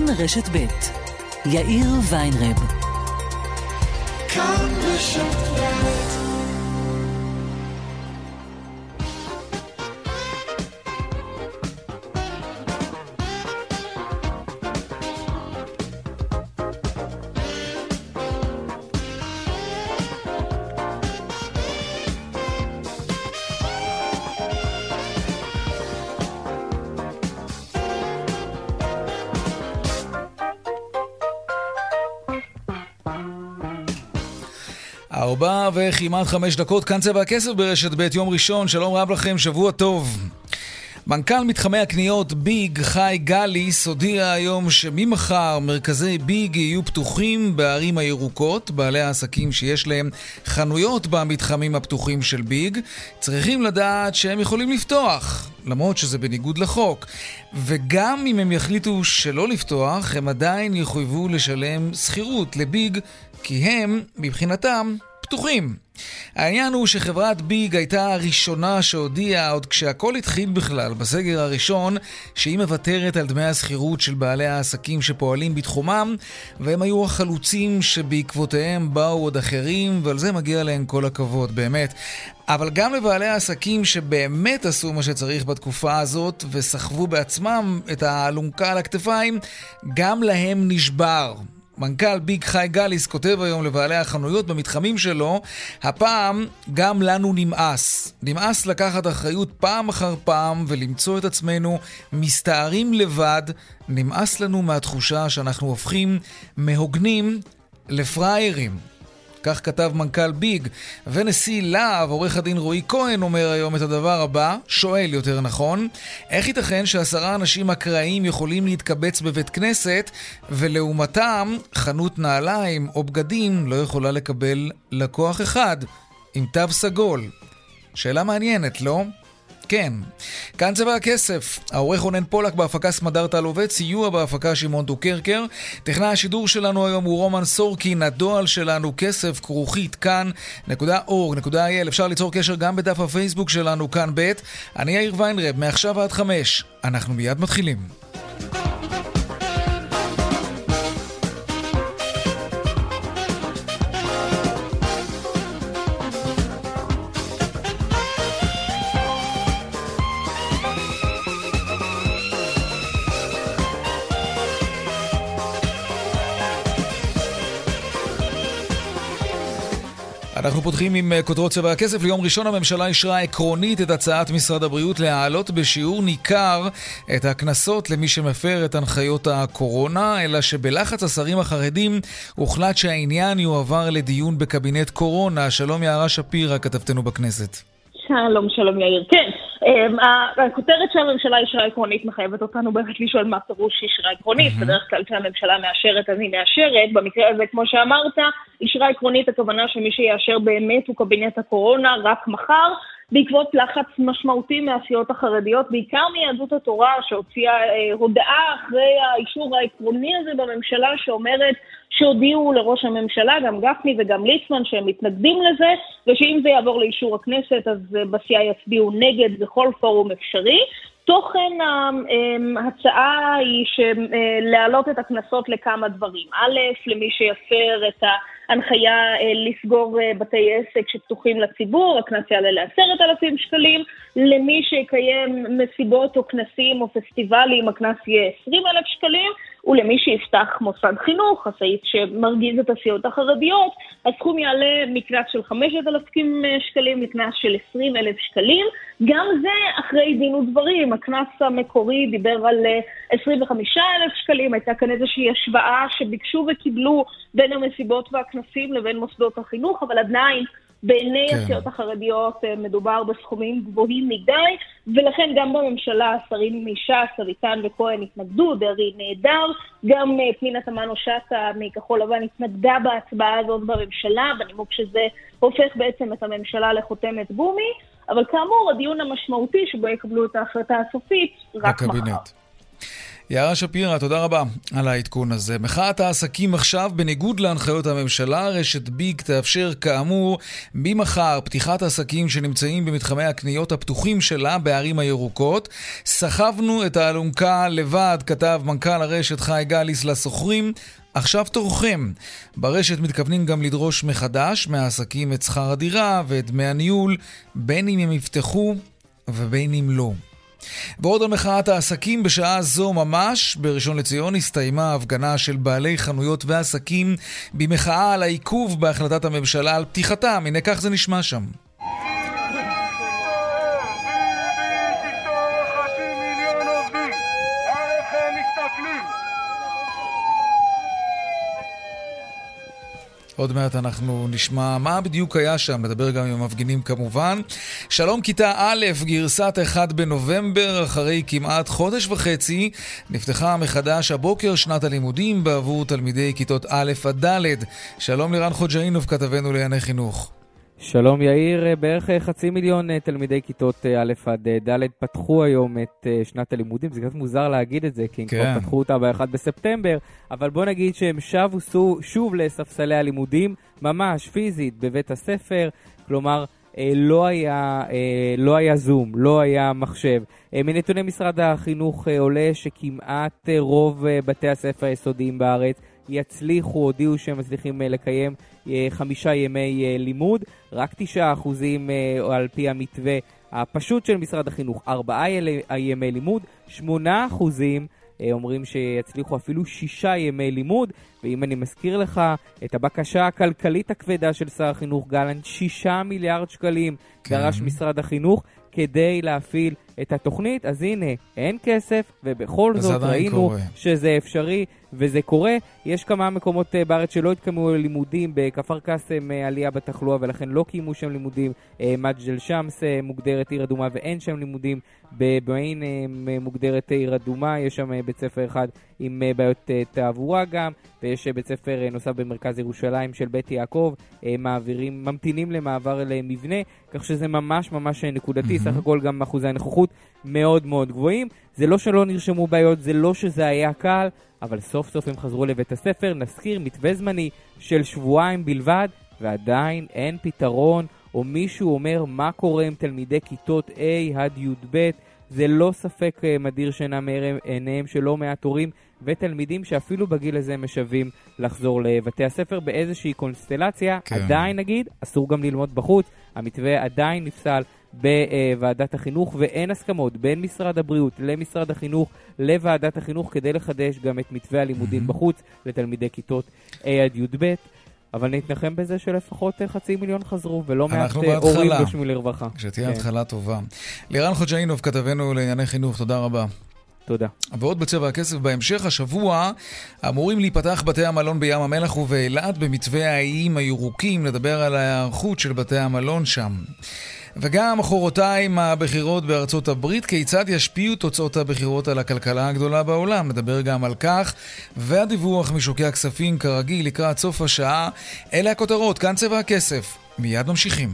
רשת ב' יאיר ויינרב. כאן רשת ב'. ארבע וכמעט 5 דקות, כאן צבע הכסף ברשת ב' יום ראשון, שלום רב לכם, שבוע טוב. מנכ"ל מתחמי הקניות ביג חי גליס הודיע היום שממחר מרכזי ביג יהיו פתוחים בערים הירוקות. בעלי העסקים שיש להם חנויות במתחמים הפתוחים של ביג צריכים לדעת שהם יכולים לפתוח, למרות שזה בניגוד לחוק. וגם אם הם יחליטו שלא לפתוח, הם עדיין יחויבו לשלם שכירות לביג, כי הם מבחינתם פתוחים. העניין הוא שחברת ביג הייתה הראשונה שהודיעה עוד כשהכל התחיל בכלל בסגר הראשון שהיא מוותרת על דמי השכירות של בעלי העסקים שפועלים בתחומם, והם היו החלוצים שבעקבותיהם באו עוד אחרים, ועל זה מגיע להם כל הכבוד באמת. אבל גם לבעלי העסקים שבאמת עשו מה שצריך בתקופה הזאת וסחבו בעצמם את האלונקה על הכתפיים, גם להם נשבר. מנכ"ל ביג חי גליס כותב היום לבעלי החנויות במתחמים שלו, הפעם גם לנו נמאס לקחת אחריות פעם אחר פעם ולמצוא את עצמנו מסתערים לבד. נמאס לנו מהתחושה שאנחנו הופכים מהוגנים לפריירים. כך כתב מנכ"ל ביג. ונשיא להב, עורך הדין רועי כהן, אומר היום את הדבר הבא, שואל יותר נכון, איך ייתכן ש10 אנשים אקראיים יכולים להתקבץ בבית כנסת, ולעומתם חנות נעליים או בגדים לא יכולה לקבל לקוח אחד עם תו סגול? שאלה מעניינת, לא? כן. כאן צבע הכסף. העורך רונן פולק, בהפקה סמדר טלובט, סיוע בהפקה שמעון דוקרקר. טכנאי השידור שלנו היום הוא רומן סורקין. הדואל שלנו כסף כרוכית כאן.org.il. אפשר ליצור קשר גם בדף הפייסבוק שלנו כאן ב'. אני יאיר ויינרב, מעכשיו עד 5. אנחנו מיד מתחילים. אנחנו פותחים עם כותרות צבע הכסף. ליום ראשון הממשלה אישרה עקרונית את הצעת משרד הבריאות להעלות בשיעור ניכר את הקנסות למי שמפר את הנחיות הקורונה, אלא שבלחץ השרים החרדים הוחלט שהעניין יועבר לדיון בקבינט קורונה. שלום יערה שפירא, כתבתנו בכנסת. שלום יאיר. כן, הכותרת שהממשלה אישרה עקרונית מחייבת אותנו באמת לשאול מה פירוש אישרה עקרונית. בדרך כלל כשהממשלה מאשרת אז היא מאשרת. במקרה הזה, כמו שאמרת, אישרה עקרונית, הכוונה שמי שיאשר באמת הוא קבינט הקורונה רק מחר, בעקבות לחץ משמעותי מהסיעות החרדיות, בעיקר מיהדות התורה, שהוציאה הודעה אחרי האישור העקרוני הזה בממשלה, שאומרת שהודיעו לראש הממשלה, גם גפני וגם ליצמן, שהם מתנגדים לזה, ושאם זה יעבור לאישור הכנסת, אז בסיעה יצביעו נגד בכל פורום אפשרי. תוכן ההצעה היא להעלות את הקנסות לכמה דברים. א', למי שיפר את ההנחיה לסגור בתי עסק שפתוחים לציבור, הקנס יעלה ל10,000 שקלים. למי שיקיים מסיבות או כנסים או פסטיבלים, הקנס יהיה 20,000 שקלים. ולמי שיפתח מוסד חינוך, הסעיף שמרגיז את הסיעות החרדיות, הסכום יעלה מקנס של 5,000 שקלים לקנס של 20,000 שקלים. גם זה אחרי דין ודברים. הקנס המקורי דיבר על 25,000 שקלים. הייתה כאן איזושהי השוואה שביקשו וקיבלו בין המסיבות והכנסים לבין מוסדות החינוך, אבל עדיין בעיני הסיעות החרדיות מדובר בסכומים גבוהים מדי, ולכן גם בממשלה השרים מש"ס, אביטן וכהן התנגדו, דרעי נהדר, גם פנינה תמנו שטה מכחול לבן התנגדה בהצבעה הזאת בממשלה, בנימוק שזה הופך בעצם את הממשלה לחותמת גומי, אבל כאמור הדיון המשמעותי שבו יקבלו את ההחלטה הסופית רק מחר. יערה שפירא, תודה רבה על העדכון הזה. מחאת העסקים עכשיו, בניגוד להנחיות הממשלה, רשת ביג תאפשר כאמור ממחר פתיחת עסקים שנמצאים במתחמי הקניות הפתוחים שלה בערים הירוקות. סחבנו את האלונקה לבד, כתב מנכ"ל הרשת חי גליס לסוחרים. עכשיו תורכם. ברשת מתכוונים גם לדרוש מחדש מהעסקים את שכר הדירה ואת דמי הניהול, בין אם הם יפתחו ובין אם לא. בעוד על מחאת העסקים, בשעה זו ממש בראשון לציון הסתיימה ההפגנה של בעלי חנויות ועסקים במחאה על העיכוב בהחלטת הממשלה על פתיחתם. הנה כך זה נשמע שם. עוד מעט אנחנו נשמע מה בדיוק היה שם, נדבר גם עם המפגינים כמובן. שלום כיתה א', גרסת 1 בנובמבר, אחרי כמעט חודש וחצי, נפתחה מחדש הבוקר שנת הלימודים בעבור תלמידי כיתות א' עד ד'. שלום לירן חוג'אינוב, כתבנו לענייני חינוך. שלום יאיר, בערך 500,000 תלמידי כיתות א' עד ד' פתחו היום את שנת הלימודים. זה קצת מוזר להגיד את זה, כי הם כבר פתחו אותה ב-1 בספטמבר, אבל בוא נגיד שהם שבו שוב לספסלי הלימודים, ממש פיזית בבית הספר, כלומר לא היה זום, לא היה מחשב. מנתוני משרד החינוך עולה שכמעט רוב בתי הספר היסודיים בארץ יצליחו, הודיעו שהם מצליחים לקיים 5 ימי לימוד, רק 9% על פי המתווה הפשוט של משרד החינוך, 4 ימי לימוד, 8% אומרים שיצליחו אפילו 6 ימי לימוד. ואם אני מזכיר לך את הבקשה הכלכלית הכבדה של שר החינוך גלנט, 6 מיליארד שקלים דרש משרד החינוך כדי להפעיל את התוכנית, אז הנה, אין כסף, ובכל זאת ראינו שזה אפשרי וזה קורה. יש כמה מקומות בארץ שלא התקיימו לימודים, בכפר קאסם עלייה בתחלואה ולכן לא קיימו שם לימודים, מג'דל שמס מוגדרת עיר אדומה ואין שם לימודים, בבעין מוגדרת עיר אדומה, יש שם בית ספר אחד עם בעיות תעבורה גם, ויש בית ספר נוסף במרכז ירושלים של בית יעקב, ממתינים למעבר למבנה, כך שזה ממש ממש נקודתי, סך הכל גם אחוזי הנוכחות מאוד מאוד גבוהים. זה לא שלא נרשמו בעיות, זה לא שזה היה קל, אבל סוף סוף הם חזרו לבית הספר. נזכיר, מתווה זמני של 2 שבועות בלבד, ועדיין אין פתרון, או מישהו אומר מה קורה עם תלמידי כיתות A עד י"ב. זה לא ספק מדיר שינה מעיניהם של לא מעט הורים ותלמידים שאפילו בגיל הזה משווים לחזור לבתי הספר באיזושהי קונסטלציה. כן. עדיין נגיד, אסור גם ללמוד בחוץ, המתווה עדיין נפסל בוועדת החינוך, ואין הסכמות בין משרד הבריאות למשרד החינוך לוועדת החינוך כדי לחדש גם את מתווה הלימודים בחוץ לתלמידי כיתות A עד י"ב. אבל נתנחם בזה שלפחות 500,000 חזרו, ולא מעט הורים נושמים לרווחה. שתהיה התחלה טובה. לירן חוג'אינוב, כתבנו לענייני חינוך, תודה רבה. תודה. ועוד בצבע הכסף, בהמשך השבוע אמורים להיפתח בתי המלון בים המלח ובאילת במתווה האיים הירוקים. נדבר על ההיערכות של בתי המלון שם. וגם מחרתיים הבחירות בארצות הברית, כיצד ישפיעו תוצאות הבחירות על הכלכלה הגדולה בעולם. נדבר גם על כך, והדיווח משוקי הכספים כרגיל לקראת סוף השעה. אלה הכותרות, כאן צבע הכסף. מיד ממשיכים.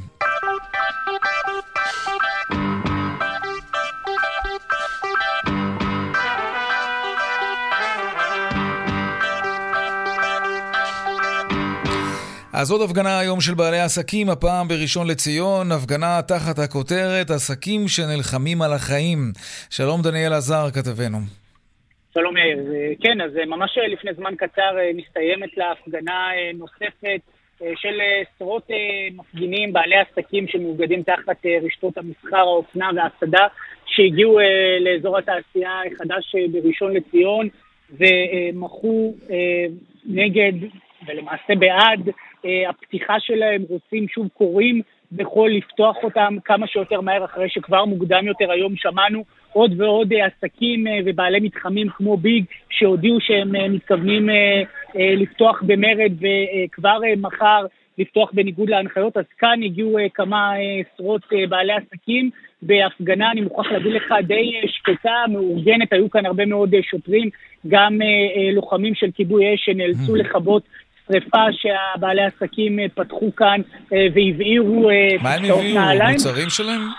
אז עוד הפגנה היום של בעלי עסקים, הפעם בראשון לציון, הפגנה תחת הכותרת עסקים שנלחמים על החיים. שלום דניאל עזר, כתבנו. שלום יאיר, כן, אז ממש לפני זמן קצר מסתיימת להפגנה נוספת של עשרות מפגינים, בעלי עסקים שמאוגדים תחת רשתות המסחר, האופנה וההסעדה, שהגיעו לאזור התעשייה החדש בראשון לציון, ומחו נגד ולמעשה בעד הפתיחה שלהם, רוצים שוב קוראים בכל לפתוח אותם כמה שיותר מהר, אחרי שכבר מוקדם יותר היום שמענו עוד ועוד עסקים ובעלי מתחמים כמו ביג שהודיעו שהם מתכוונים לפתוח במרד וכבר מחר לפתוח בניגוד להנחיות. אז כאן הגיעו כמה עשרות בעלי עסקים בהפגנה, אני מוכרח להגיד לך, די שקטה, מאורגנת, היו כאן הרבה מאוד שוטרים, גם לוחמים של כיבוי אש שנאלצו לכבות שריפה שהבעלי עסקים פתחו כאן והבעירו מה הם הביאו? מוצרים שלהם?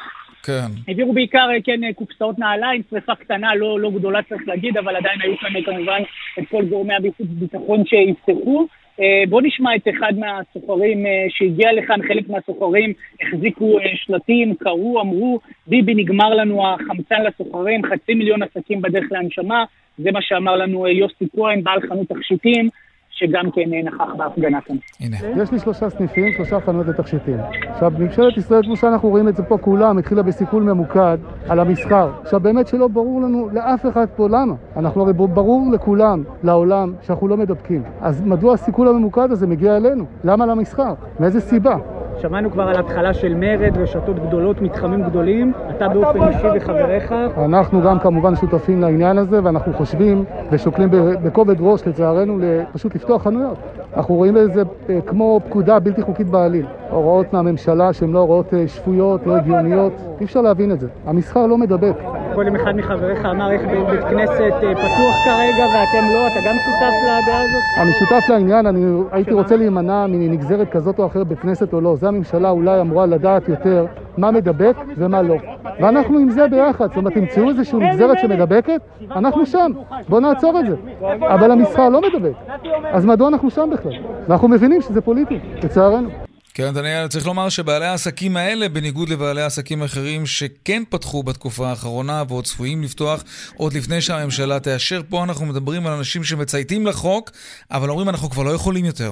כן. העבירו בעיקר, כן, קופסאות נעליים, שריפה קטנה, לא גדולה צריך להגיד, אבל עדיין היו כאן כמובן את כל גורמי הביטחון שיפתחו. בואו נשמע את אחד מהסוחרים שהגיע לכאן, חלק מהסוחרים החזיקו שלטים, קראו, אמרו, ביבי נגמר לנו החמצן לסוחרים, 500,000 עסקים בדרך להנשמה, זה מה שאמר לנו יוסי כהן, בעל חנות תכשיטים, שגם כן נכח בהפגנה כאן. יש לי 3 סניפים, 3 חנויות לתכשיטים. עכשיו, ממשלת ישראל, כמו שאנחנו רואים את זה פה כולם, התחילה בסיכול ממוקד על המסחר. עכשיו, באמת שלא ברור לנו לאף אחד פה למה. אנחנו הרי ברור לכולם, לעולם, שאנחנו לא מדבקים. אז מדוע הסיכול הממוקד הזה מגיע אלינו? למה למסחר? מאיזה סיבה? שמענו כבר על התחלה של מרד, רשתות גדולות, מתחמים גדולים. אתה באופן אישי וחבריך. אנחנו גם כמובן שותפים לעניין הזה, ואנחנו חושבים ושוקלים בכובד ראש לצערנו פשוט לפתוח חנויות. אנחנו רואים את זה כמו פקודה בלתי חוקית בעליל. הוראות מהממשלה שהן לא הוראות שפויות, לא הגיוניות. אי אפשר להבין את זה. המסחר לא מדבק. קודם אחד מחבריך אמר איך בית כנסת פתוח כרגע ואתם לא, אתה גם שותף לדעה הזאת? אני שותף לעניין, אני הייתי רוצה להימנע מנגזרת כזאת או אחרת בית כנסת או לא. זה הממשלה אולי אמורה לדעת יותר מה מדבק ומה לא. ואנחנו עם זה ביחד, זאת אומרת, תמצאו איזושהי נגזרת שמדבקת, אנחנו שם, בואו נעצור את זה. אבל המסחר לא מדבק, אז מדוע אנחנו שם בכלל? ואנחנו מבינים שזה פוליטי, לצערנו. כן, דניאל, צריך לומר שבעלי העסקים האלה, בניגוד לבעלי העסקים אחרים שכן פתחו בתקופה האחרונה ועוד צפויים לפתוח עוד לפני שהממשלה תאשר, פה אנחנו מדברים על אנשים שמצייתים לחוק, אבל אומרים אנחנו כבר לא יכולים יותר.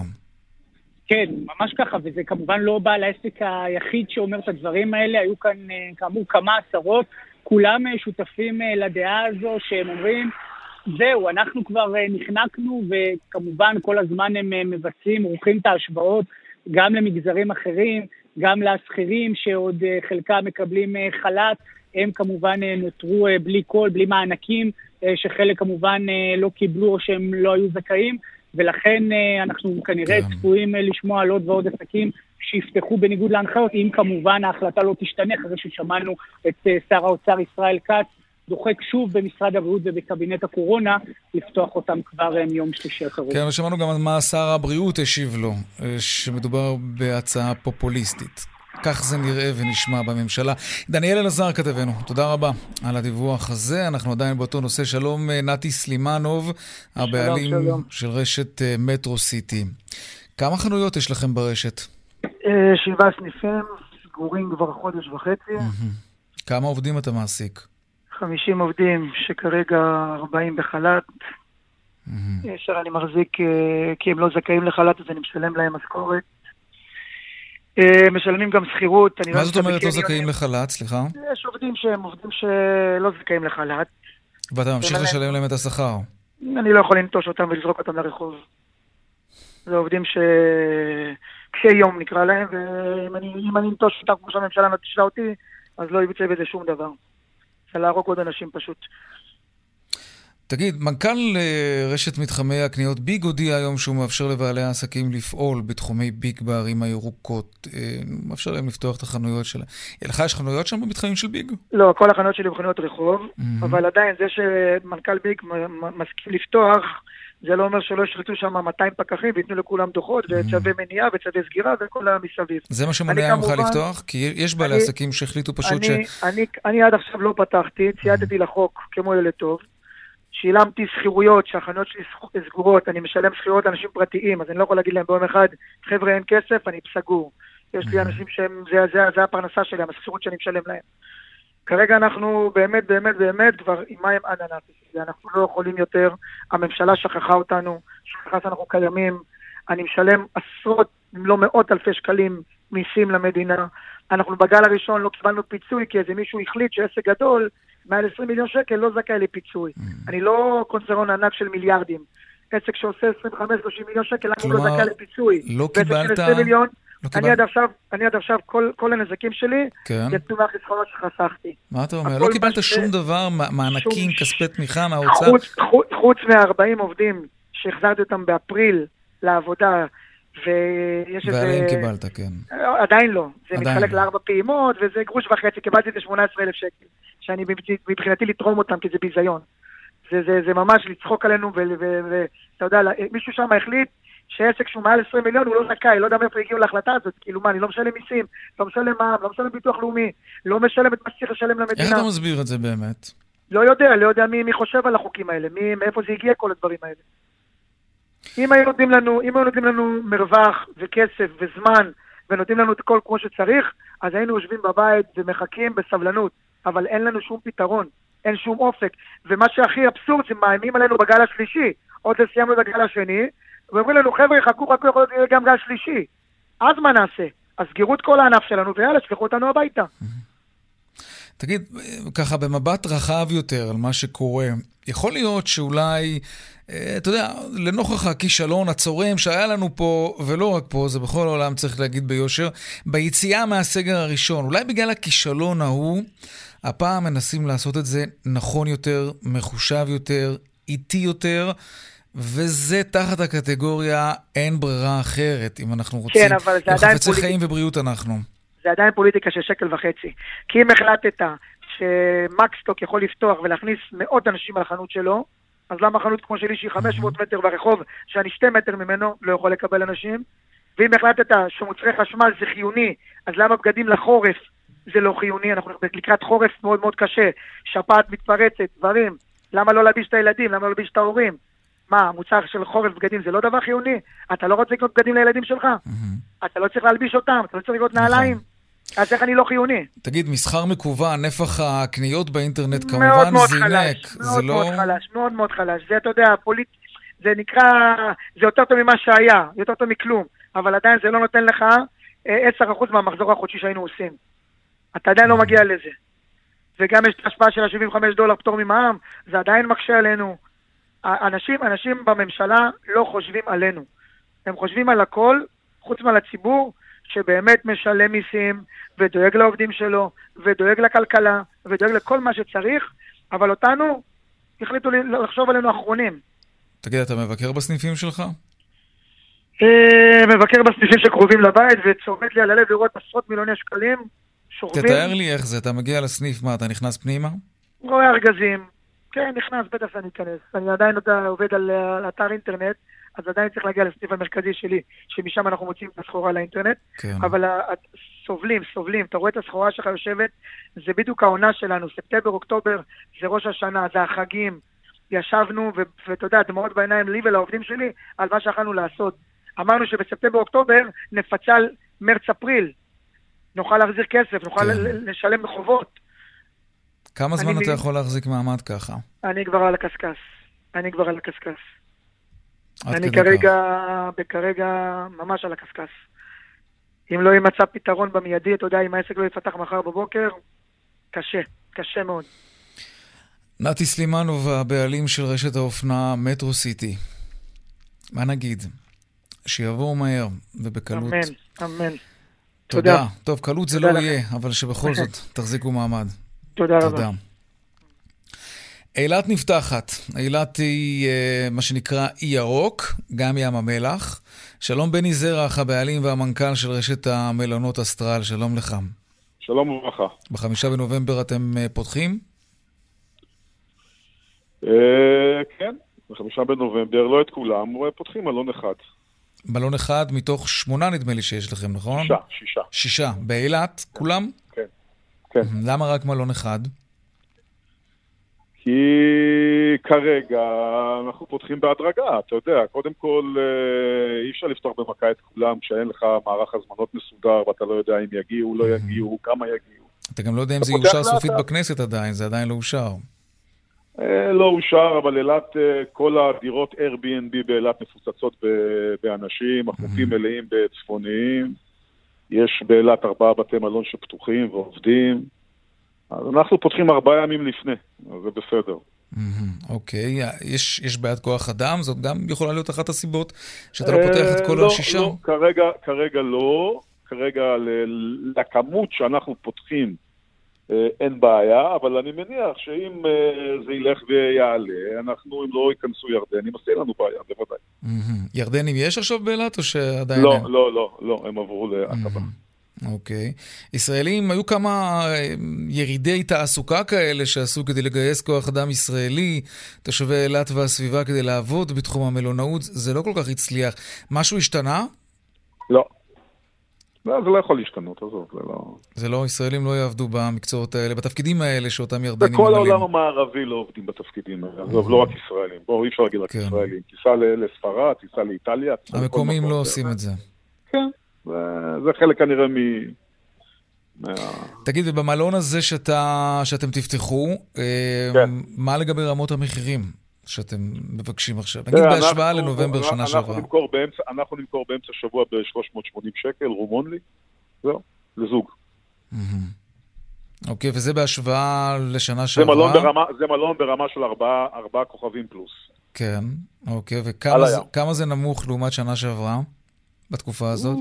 כן, ממש ככה, וזה כמובן לא בעל העסק היחיד שאומר את הדברים האלה, היו כאן כאמור כמה עשרות, כולם שותפים לדעה הזו שהם אומרים, זהו, אנחנו כבר נחנקנו, וכמובן כל הזמן הם מבצעים, עורכים את ההשוואות, גם למגזרים אחרים, גם לשכירים שעוד חלקם מקבלים חל"ת, הם כמובן נותרו בלי קול, בלי מענקים, שחלק כמובן לא קיבלו או שהם לא היו זכאים, ולכן אנחנו כנראה צפויים לשמוע על עוד ועוד עסקים שיפתחו בניגוד להנחיות, אם כמובן ההחלטה לא תשתנה, אחרי ששמענו את שר האוצר ישראל כץ, דוחק שוב במשרד הבריאות ובקבינט הקורונה, לפתוח אותם כבר מיום שלישי הקרוב. כן, ושמענו גם מה שר הבריאות השיב לו, שמדובר בהצעה פופוליסטית. כך זה נראה ונשמע בממשלה. דניאל אלעזר כתבנו, תודה רבה על הדיווח הזה. אנחנו עדיין באותו נושא. שלום נתי סלימנוב, הבעלים של רשת מטרו סיטי. כמה חנויות יש לכם ברשת? 7 סניפים, סגורים כבר חודש וחצי. כמה עובדים אתה מעסיק? 50 עובדים שכרגע 40 בחל"ת. ישר אני מחזיק כי הם לא זכאים לחל"ת, אז אני משלם להם משכורת. משלמים גם שכירות. מה זאת אומרת לא זכאים לחל"ת, סליחה? יש עובדים שהם עובדים שלא זכאים לחל"ת. ואתה ממשיך לשלם להם את השכר? אני לא יכול לנטוש אותם ולזרוק אותם לרחוב. זה עובדים קשי יום נקרא להם, ואם אני נטוש אותם כמו שהממשלה נטשה אותי, אז לא יבצע בזה שום דבר. זה להרוג עוד אנשים פשוט. תגיד, מנכ"ל רשת מתחמי הקניות ביג הודיע היום שהוא מאפשר לבעלי העסקים לפעול בתחומי ביג בערים הירוקות. מאפשר להם לפתוח את החנויות שלהם. לך יש חנויות שם במתחמים של ביג? לא, כל החנויות שלי בחנויות רחוב, אבל עדיין זה שמנכ"ל ביג מסכים לפתוח, זה לא אומר שלא ישרצו שם 200 פקחים ויתנו לכולם דוחות וצווי מניעה וצווי סגירה וכל המסביב. זה מה שמונע ממך לפתוח? כי יש בעלי עסקים שהחליטו פשוט אני עד עכשיו לא פתחתי, ציידתי לחוק כמו ילד טוב, שילמתי שכירויות שהחנויות שלי סגורות, אני משלם שכירויות לאנשים פרטיים, אז אני לא יכול להגיד להם ביום אחד, חבר'ה אין כסף, אני סגור. יש לי אנשים שזה הפרנסה שלי, השכירות שאני משלם להם. כרגע אנחנו באמת כבר עם מים עד הנפש. אנחנו לא יכולים יותר, הממשלה שכחה אותנו, שכחה שאנחנו קיימים, אני משלם עשרות, אם לא מאות אלפי שקלים מיסים למדינה. אנחנו בגל הראשון לא קיבלנו פיצוי, כי איזה מישהו החליט שעסק גדול, מעל 20 מיליון שקל לא זכאי לפיצוי. אני לא קונצרן ענק של מיליארדים. עסק שעושה 25-30 מיליון שקל, אני לא זכאי לפיצוי. לא קיבלת... אני עד עכשיו, כל הנזקים שלי, יצאו מהחסכונות שחסכתי. מה אתה אומר? לא קיבלת שום דבר, מענקים, כספי תמיכה מהאוצר? חוץ מה-40 עובדים שהחזרתי אותם באפריל לעבודה, ועליהם קיבלת, כן. עדיין לא. זה מתחלק ל4 פעימות, וזה גרוש וחצי, קיבלתי את זה 18,000 שקל, שאני מבחינתי לתרום אותם, כי זה ביזיון. זה ממש לצחוק עלינו, ואתה יודע, מישהו שם החליט שעסק שהוא מעל 20 מיליון הוא לא זכאי, לא יודע מאיפה הגיעו להחלטה הזאת, כאילו מה, אני לא משלם מיסים, לא משלם מע"מ, לא משלם ביטוח לאומי, לא משלם את מה שצריך לשלם למדינה. איך אתה מסביר את זה באמת? לא יודע מי חושב על החוקים האלה, מאיפה זה הגיע כל הדברים האלה. אם היו נותנים לנו מרווח וכסף וזמן, ונותנים לנו את הכל כמו שצריך, אז היינו יושבים בבית ומחכים בסבלנות, אבל אין לנו שום פתרון, אין שום אופק, ומה שהכי אבסורד זה מאיימים עלינו בגל השלישי, עוד לא סיימנו בגל השני, ואומרים לנו חבר'ה חכו, יכול להיות גם גל שלישי, אז מה נעשה? אז סגירו את כל הענף שלנו ויאללה, שלחו אותנו הביתה. תגיד, ככה במבט רחב יותר על מה שקורה, יכול להיות שאולי, אתה יודע, לנוכח הכישלון הצורם שהיה לנו פה, ולא רק פה, זה בכל העולם צריך להגיד ביושר, ביציאה מהסגר הראשון, אולי בגלל הכישלון ההוא, הפעם מנסים לעשות את זה נכון יותר, מחושב יותר, איטי יותר, וזה תחת הקטגוריה אין ברירה אחרת, אם אנחנו רוצים, כן, אבל זה חפצי חיים ובריאות אנחנו. זה עדיין פוליטיקה של 1.5 שקל. כי אם החלטת שמקסטוק יכול לפתוח ולהכניס מאות אנשים על החנות שלו, אז למה חנות כמו שלי שהיא 500 מטר ברחוב, שאני 2 מטר ממנו לא יכול לקבל אנשים? ואם החלטת שמוצרי חשמל זה חיוני, אז למה בגדים לחורף זה לא חיוני? אנחנו לקראת חורף מאוד מאוד קשה, שפעת מתפרצת, דברים. למה לא להלביש את הילדים? למה לא להלביש את ההורים? מה, מוצר של חורף בגדים זה לא דבר חיוני? אתה לא רוצה לקנות בגדים לילדים שלך? אתה לא צריך להלביש אותם, אתה לא צריך לקנות נעליים? אז איך אני לא חיוני? תגיד, מסחר מקוון, נפח הקניות באינטרנט כמובן זינק. מאוד מאוד חלש. זה, אתה יודע, זה נקרא, זה יותר טוב ממה שהיה, יותר טוב מכלום. אבל עדיין זה לא נותן לך 10% מהמחזור החודשי שהיינו עושים. אתה עדיין לא מגיע לזה. וגם יש את ההשפעה של $75 פטור ממע"מ, זה עדיין מקשה עלינו. אנשים בממשלה לא חושבים עלינו. הם חושבים על הכל, חוץ מעל הציבור, שבאמת משלם מיסים, ודואג לעובדים שלו, ודואג לכלכלה, ודואג לכל מה שצריך, אבל אותנו החליטו לחשוב עלינו אחרונים. תגיד, אתה מבקר בסניפים שלך? מבקר בסניפים שקרובים לבית, וצובד לי על הלב לראות עשרות מיליוני שקלים, שורבים. תתאר לי איך זה, אתה מגיע לסניף, מה, אתה נכנס פנימה? רואה ארגזים. כן, נכנס, בטח שאני אכנס. אני עדיין עובד על אתר אינטרנט, אז עדיין צריך להגיע לסניף המרכזי שלי, שמשם אנחנו מוצאים את הסחורה לאינטרנט. כן. אבל סובלים. אתה רואה את הסחורה שלך יושבת, זה בדיוק העונה שלנו, ספטמבר, אוקטובר, זה ראש השנה, זה החגים. ישבנו, ואתה יודע, דמעות בעיניים לי ולעובדים שלי, על מה שאכלנו לעשות. אמרנו שבספטמבר, אוקטובר, נפצל מרץ-אפריל. נוכל להחזיר כסף, נוכל לשלם בחובות. כמה זמן אתה יכול להחזיק מעמד ככה? אני כבר על הקסקס. אני כרגע ממש על הקסקס. אם לא ימצא פתרון במיידי, אתה יודע, אם העסק לא יפתח מחר בבוקר, קשה מאוד. נתי סלימנוב, הבעלים של רשת האופנה מטרו סיטי. מה נגיד? שיבואו מהר ובקלות. אמן. תודה. טוב, קלות זה לא יהיה, אבל שבכל זאת תחזיקו מעמד. תודה רבה. אילת נפתחת. אילת היא מה שנקרא אי ירוק, גם ים המלח. שלום בני זרח, הבעלים והמנכ"ל של רשת המלונות אסטרל. שלום לך. שלום וברכה. ב5 בנובמבר אתם פותחים? כן, ב5 בנובמבר, לא את כולם, פותחים מלון אחד. מלון אחד מתוך 8 נדמה לי שיש לכם, נכון? 6. באילת, כולם? כן. למה רק מלון אחד? כי כרגע אנחנו פותחים בהדרגה, אתה יודע, קודם כל אי אפשר לפתוח במכה את כולם כשאין לך מערך הזמנות מסודר ואתה לא יודע אם יגיעו, לא יגיעו, כמה יגיעו. אתה גם לא יודע אם זה יאושר סופית בכנסת עדיין, זה עדיין לא אושר. לא אושר, אבל אילת, כל הדירות Airbnb באילת מפוצצות באנשים, החופים מלאים בצפוניים, יש באילת 4 בתי מלון שפתוחים ועובדים, אז אנחנו פותחים 4 ימים לפני, אז זה בסדר. אוקיי, יש בעיית כוח אדם, זאת גם יכולה להיות אחת הסיבות שאתה לא פותח את כל ה6? לא, כרגע לא, כרגע לכמות שאנחנו פותחים אין בעיה, אבל אני מניח שאם זה ילך ויעלה, אנחנו, אם לא ייכנסו ירדנים, אז תהיה לנו בעיה, בוודאי. ירדנים יש עכשיו באילת או שעדיין? לא, הם עברו לעקבה. אוקיי. ישראלים, היו כמה ירידי תעסוקה כאלה שעשו כדי לגייס כוח אדם ישראלי, תושבי אילת והסביבה כדי לעבוד בתחום המלונאות, זה לא כל כך הצליח. משהו השתנה? לא. זה לא יכול להשתנות, עזוב, זה לא... זה לא, ישראלים לא יעבדו במקצועות האלה, בתפקידים האלה שאותם ירדנים בכל ממלאים. העולם המערבי לא עובדים בתפקידים האלה, עזוב, לא רק ישראלים. בואו, אי אפשר להגיד רק ישראלים. טיסה לספרד, טיסה לאיטליה. המקומיים לא עושים את זה. כן, זה חלק כנראה תגיד, ובמלון הזה שאתם תפתחו, מה לגבי רמות המחירים שאתם מבקשים עכשיו? נגיד בהשוואה לנובמבר שנה שעברה. אנחנו נמכור באמצע שבוע ב-380 שקל, רום אונלי, זהו, לזוג. אוקיי, וזה בהשוואה לשנה שעברה? זה מלון ברמה של 4 כוכבים פלוס. כן, אוקיי, וכמה זה נמוך לעומת שנה שעברה בתקופה הזאת?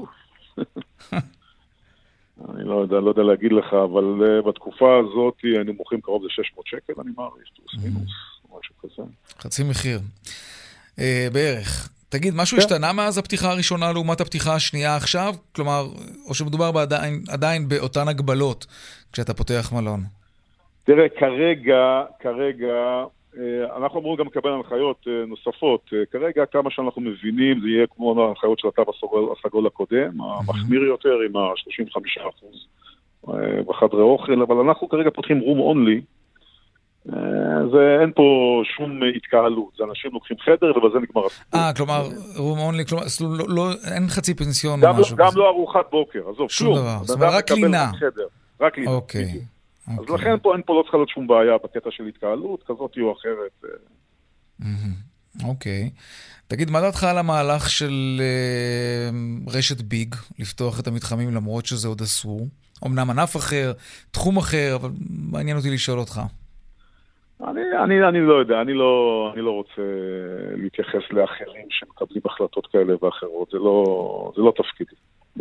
אני לא יודע להגיד לך, אבל בתקופה הזאת היינו מוכרים קרוב ל-600 שקל, אני מעריך, פלוס מינוס, משהו כזה. חצי מחיר. בערך. תגיד, משהו השתנה מאז הפתיחה הראשונה לעומת הפתיחה השנייה עכשיו? כלומר, או שמדובר עדיין באותן הגבלות כשאתה פותח מלון? תראה, כרגע, אנחנו אמורים גם לקבל הנחיות נוספות. כרגע, כמה שאנחנו מבינים, זה יהיה כמו ההנחיות של התו הסגול הקודם, המחמיר יותר עם ה-35% בחדרי אוכל, אבל אנחנו כרגע פותחים רום אונלי, אין פה שום התקהלות, זה אנשים לוקחים חדר ובזה נגמר הסיפור. כלומר, רום אונלי, אין חצי פנסיון או משהו כזה. גם לא ארוחת בוקר, עזוב, שום דבר, זאת אומרת, רק לינה. רק לינה. אוקיי. אז לכן פה לא צריכה להיות שום בעיה בקטע של התקהלות, כזאת או אחרת. אוקיי. תגיד, מה דעתך על המהלך של רשת ביג, לפתוח את המתחמים למרות שזה עוד אסור? אמנם ענף אחר, תחום אחר, אבל מעניין אותי לשאול אותך. אני לא יודע, אני לא רוצה להתייחס לאחרים שמקבלים החלטות כאלה ואחרות, זה לא תפקידי.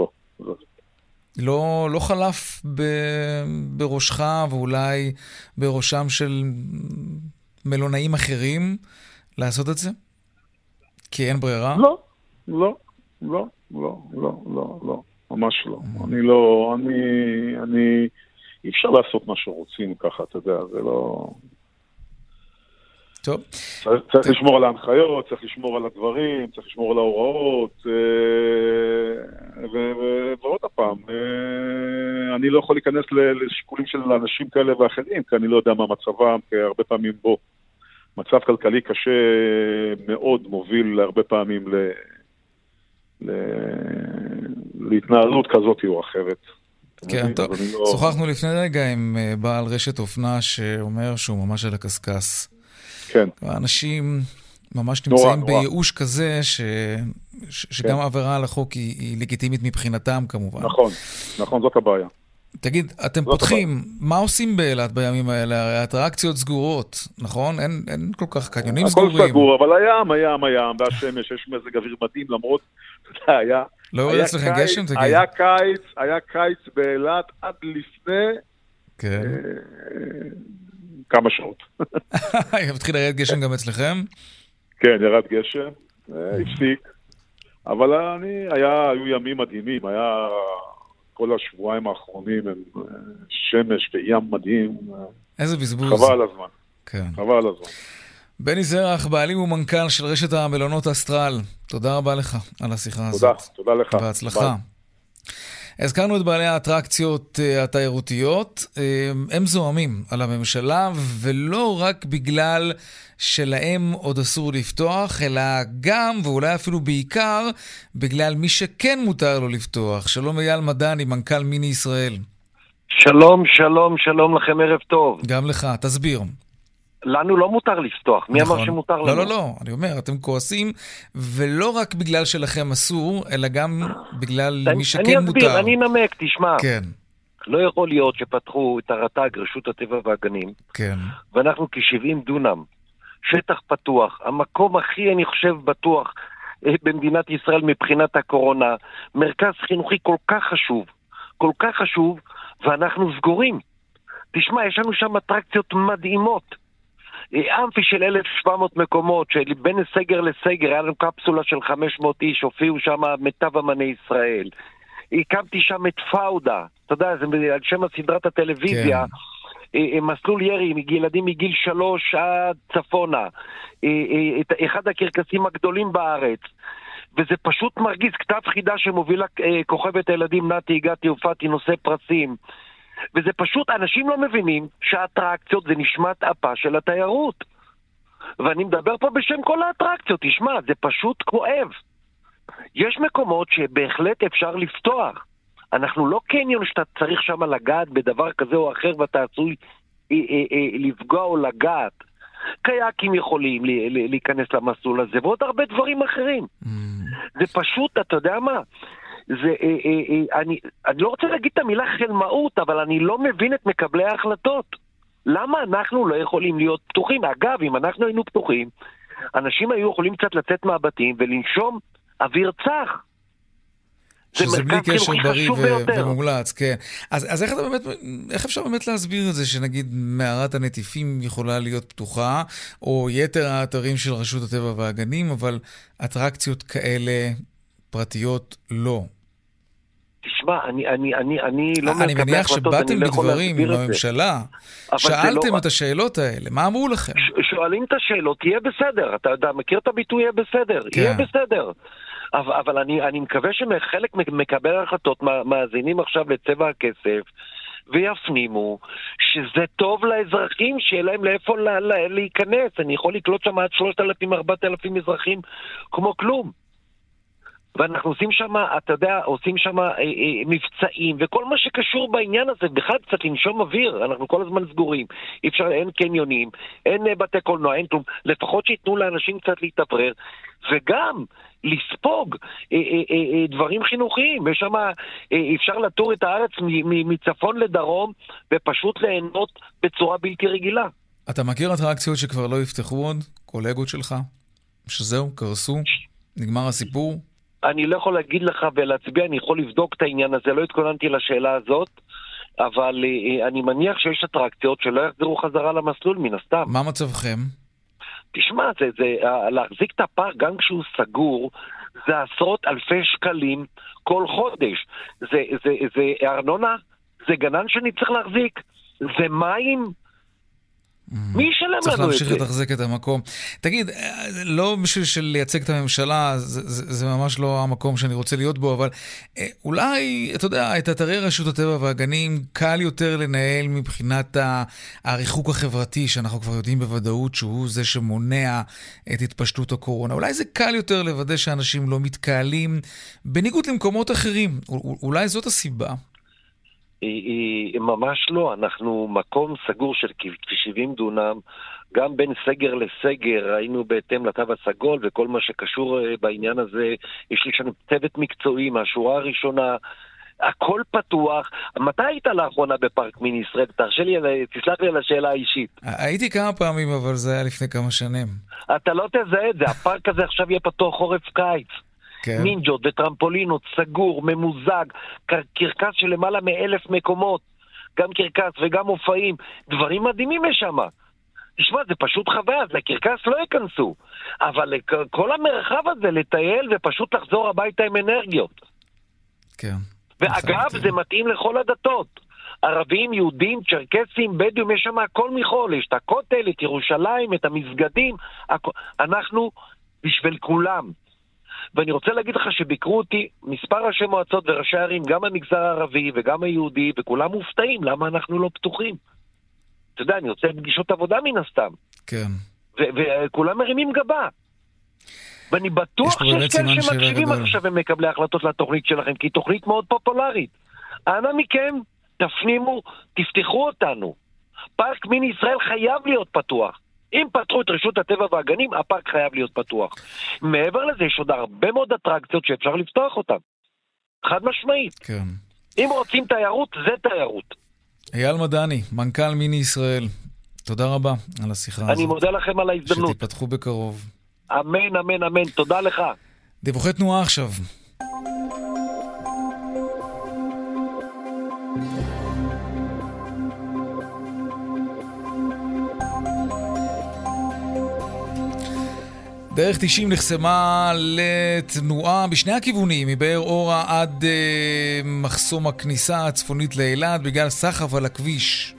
לא חלף בראשך ואולי בראשם של מלונאים אחרים לעשות את זה? כי אין ברירה? לא, ממש לא. אי אפשר לעשות מה שרוצים ככה, אתה יודע, זה לא... טוב. צריך לשמור על ההנחיות, צריך לשמור על הדברים, צריך לשמור על ההוראות, ועוד הפעם, אני לא יכול להיכנס לשיקולים של אנשים כאלה ואחרים, כי אני לא יודע מה מצבם, כי הרבה פעמים בו מצב כלכלי קשה מאוד מוביל הרבה פעמים להתנהלות כזאת או אחרת. כן, טוב. שוחחנו לפני רגע עם בעל רשת אופנה שאומר שהוא ממש על הקסקס. כן. האנשים ממש נמצאים בייאוש כזה שגם העבירה על החוק היא לגיטימית מבחינתם כמובן. נכון, זאת הבעיה. תגיד, אתם פותחים, מה עושים באילת בימים האלה? הרי האטרקציות סגורות, נכון? אין כל כך קניונים סגורים. הכל סגור, אבל הים, והשמש, יש מזג אוויר מדהים, למרות, אתה יודע, היה... לא יורד אצלכם גשם, תגיד. היה קיץ באילת עד לפני... כן. כמה שעות. התחיל לרד גשם גם אצלכם? כן, ירד גשם, הפסיק. אבל היו ימים מדהימים, היה כל השבועיים האחרונים, שמש וים מדהים. איזה בזבוז. חבל על הזמן. כן. חבל על הזמן. בני זרח, בעלים ומנכ"ל של רשת המלונות אסטרל, תודה רבה לך על השיחה הזאת. תודה לך. בהצלחה. הזכרנו את בעלי האטרקציות התיירותיות, הם זוהמים על הממשלה, ולא רק בגלל שלהם עוד אסור לפתוח, אלא גם, ואולי אפילו בעיקר, בגלל מי שכן מותר לו לפתוח. שלום אייל מדני, מנכ"ל מיני ישראל. שלום לכם, ערב טוב. גם לך, תסביר. לנו לא מותר לפתוח, מי אמר שמותר לנו? לא, אני אומר, אתם כועסים, ולא רק בגלל שלכם אסור, אלא גם בגלל מי שכן מותר. אני נמק, תשמע. כן. לא יכול להיות שפתחו את הרט"ג, רשות הטבע והגנים, כן. ואנחנו כ-70 דונם, שטח פתוח, המקום הכי, אני חושב, בטוח במדינת ישראל מבחינת הקורונה, מרכז חינוכי כל כך חשוב, ואנחנו סגורים. תשמע, יש לנו שם אטרקציות מדהימות. אמפי של 1,700 מקומות, שבין סגר לסגר, היה לנו קפסולה של 500 איש, הופיעו שם מיטב אמני ישראל. הקמתי שם את פאודה, אתה יודע, זה על שם הסדרת הטלוויזיה, מסלול ירי ילדים מגיל 3 עד צפונה, אחד הקרקסים הגדולים בארץ, וזה פשוט מרגיז, כתב חידה שמובילה כוכבת הילדים נתי, הגעתי, הופעתי, נושא פרסים, וזה פשוט, אנשים לא מבינים שהאטרקציות זה נשמת אפה של התיירות, ואני מדבר פה בשם כל האטרקציות, תשמע, זה פשוט כואב. יש מקומות שבהחלט אפשר לפתוח, אנחנו לא קניון שאתה צריך שם לגעת בדבר כזה או אחר ואתה עשוי לפגוע או לגעת. קייקים יכולים להיכנס למסלול הזה ועוד הרבה דברים אחרים. זה פשוט, אתה יודע מה? אני לא רוצה להגיד את המילה חלמאות, אבל אני לא מבין את מקבלי ההחלטות. למה אנחנו לא יכולים להיות פתוחים? אגב, אם אנחנו היינו פתוחים, אנשים היו יכולים קצת לצאת מהבתים ולנשום אוויר צח. שזה בלי קשר בריא ומומלץ, כן. אז איך אפשר באמת להסביר את זה שנגיד מערת הנטיפים יכולה להיות פתוחה, או יתר האתרים של רשות הטבע והגנים, אבל אטרקציות כאלה פרטיות לא? תשמע, אני לא אני מניח שבאתם בדברים עם הממשלה, שאלתם את השאלות האלה, מה אמרו לכם? שואלים את השאלות, תהיה בסדר, אתה מכיר את הביטוי יהיה בסדר, יהיה בסדר. אבל אני מקווה שחלק מקבל החלטות מאזינים עכשיו לצבע הכסף ויפנימו שזה טוב לאזרחים, שיהיה להם לאיפה להיכנס. אני יכול לקלוט שם עד 3,000-4,000 אזרחים כמו כלום. ואנחנו עושים שם, אתה יודע, עושים שם מבצעים, וכל מה שקשור בעניין הזה, בכלל קצת לנשום אוויר, אנחנו כל הזמן סגורים, אין קניונים, אין בתי קולנוע, אין כלום, לפחות שיתנו לאנשים קצת להתאוורר, וגם לספוג דברים חינוכיים, יש שם, אפשר לטור את הארץ מצפון לדרום, ופשוט ליהנות בצורה בלתי רגילה. אתה מכיר אטרקציות שכבר לא יפתחו עוד? קולגות שלך? שזהו, קרסו? נגמר הסיפור? אני לא יכול להגיד לך ולהצביע, אני יכול לבדוק את העניין הזה, לא התכוננתי לשאלה הזאת, אבל אני מניח שיש אטרקציות שלא יחזרו חזרה למסלול מן הסתם. מה מצבכם? תשמע, להחזיק את הפארק גם כשהוא סגור, זה עשרות אלפי שקלים כל חודש. זה ארנונה, זה גנן שאני צריך להחזיק, זה מים. מי ישלם לנו את זה? צריך להמשיך לתחזק את המקום. תגיד, לא בשביל לייצג את הממשלה, זה ממש לא המקום שאני רוצה להיות בו, אבל אולי, אתה יודע, את אתרי רשות הטבע והגנים קל יותר לנהל מבחינת הריחוק החברתי, שאנחנו כבר יודעים בוודאות שהוא זה שמונע את התפשטות הקורונה. אולי זה קל יותר לוודא שאנשים לא מתקהלים, בניגוד למקומות אחרים. אולי זאת הסיבה. ממש לא, אנחנו מקום סגור של כ-70 דונם, גם בין סגר לסגר, היינו בהתאם לתו הסגול וכל מה שקשור בעניין הזה, יש לי שם צוות מקצועי מהשורה הראשונה, הכל פתוח. מתי היית לאחרונה בפארק מיני ישראל? תסלח לי על השאלה האישית. הייתי כמה פעמים, אבל זה היה לפני כמה שנים. אתה לא תזהה את זה, הפארק הזה עכשיו יהיה פתוח חורף קיץ. כן. נינג'ות וטרמפולינות, סגור, ממוזג, קרקס של למעלה מ1,000 מקומות, גם קרקס וגם מופעים, דברים מדהימים יש שם. תשמע, זה פשוט חוויה, אז לקרקס לא ייכנסו, אבל כל המרחב הזה לטייל ופשוט לחזור הביתה עם אנרגיות. כן. ואגב, זה מתאים לכל הדתות. ערבים, יהודים, צ'רקסים, בדואים, יש שם הכל מחול, יש את הכותל, את ירושלים, את המסגדים, אנחנו בשביל כולם. ואני רוצה להגיד לך שביקרו אותי מספר ראשי מועצות וראשי ערים, גם המגזר הערבי וגם היהודי, וכולם מופתעים למה אנחנו לא פתוחים. אתה יודע, אני רוצה פגישות עבודה מן הסתם. כן. וכולם מרימים גבה. ואני בטוח שיש כאלה שמקשיבים עכשיו ומקבלי החלטות לתוכנית שלכם, כי היא תוכנית מאוד פופולרית. אנא מכם, תפנימו, תפתחו אותנו. פארק מיני ישראל חייב להיות פתוח. אם פתחו את רשות הטבע והגנים, הפארק חייב להיות פתוח. מעבר לזה, יש עוד הרבה מאוד אטרקציות שאפשר לפתוח אותן. חד משמעית. כן. אם רוצים תיירות, זה תיירות. אייל מדני, מנכ"ל מיני ישראל, תודה רבה על השיחה הזאת. אני מודה לכם על ההזדמנות. שתיפתחו בקרוב. אמן, אמן, אמן. תודה לך. דיווחי תנועה עכשיו. דרך 90 נחסמה לתנועה בשני הכיוונים, מבאר אורה עד מחסום הכניסה הצפונית לאילת בגלל סחף על הכביש.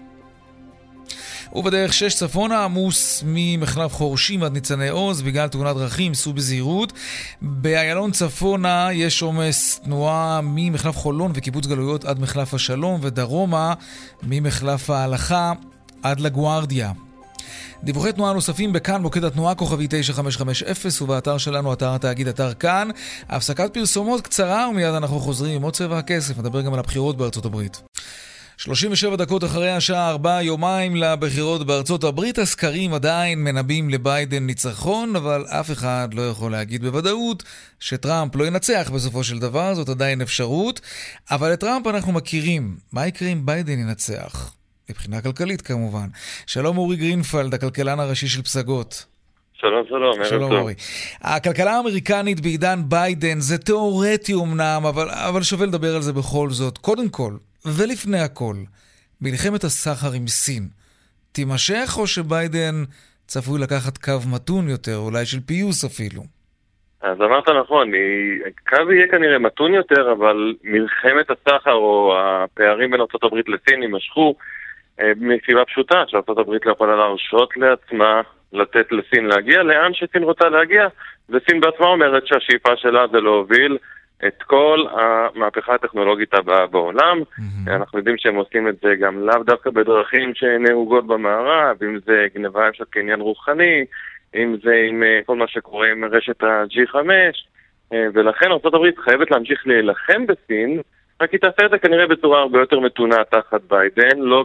ובדרך 6 צפונה עמוס ממחלף חורשים עד ניצני עוז בגלל תאונת דרכים, סעו בזהירות. באיילון צפונה יש עומס תנועה ממחלף חולון וקיבוץ גלויות עד מחלף השלום, ודרומה ממחלף ההלכה עד לגוארדיה. דיווחי תנועה נוספים בכאן מוקד התנועה כוכבי 9550 ובאתר שלנו, אתר התאגיד, אתר כאן. הפסקת פרסומות קצרה ומיד אנחנו חוזרים עם עוד צבע הכסף. נדבר גם על הבחירות בארצות הברית. 37 דקות אחרי השעה 4, יומיים לבחירות בארצות הברית. הסקרים עדיין מנבאים לביידן ניצחון, אבל אף אחד לא יכול להגיד בוודאות שטראמפ לא ינצח בסופו של דבר. זאת עדיין אפשרות, אבל את טראמפ אנחנו מכירים. מה יקרה אם ביידן ינצח? מבחינה כלכלית כמובן. שלום אורי גרינפלד, הכלכלן הראשי של פסגות. שלום, שלום. שלום אורי. הכלכלה האמריקנית בעידן ביידן זה תיאורטי אמנם, אבל שווה לדבר על זה בכל זאת. קודם כל, ולפני הכל, מלחמת הסחר עם סין תימשך, או שביידן צפוי לקחת קו מתון יותר, אולי של פיוס אפילו? אז אמרת נכון, קו יהיה כנראה מתון יותר, אבל מלחמת הסחר או הפערים בין ארצות הברית לסין יימשכו מסיבה פשוטה, שארצות הברית לא יכולה להרשות לעצמה לתת לסין להגיע לאן שסין רוצה להגיע, וסין בעצמה אומרת שהשאיפה שלה זה להוביל את כל המהפכה הטכנולוגית הבאה בעולם. אנחנו יודעים שהם עושים את זה גם לאו דווקא בדרכים שנהוגות במערב, אם זה גניבה של קניין רוחני, אם זה עם כל מה שקורה עם רשת ה-G5, ולכן ארצות הברית חייבת להמשיך להילחם בסין, רק היא תעשה את זה כנראה בצורה הרבה יותר מתונה תחת ביידן, לא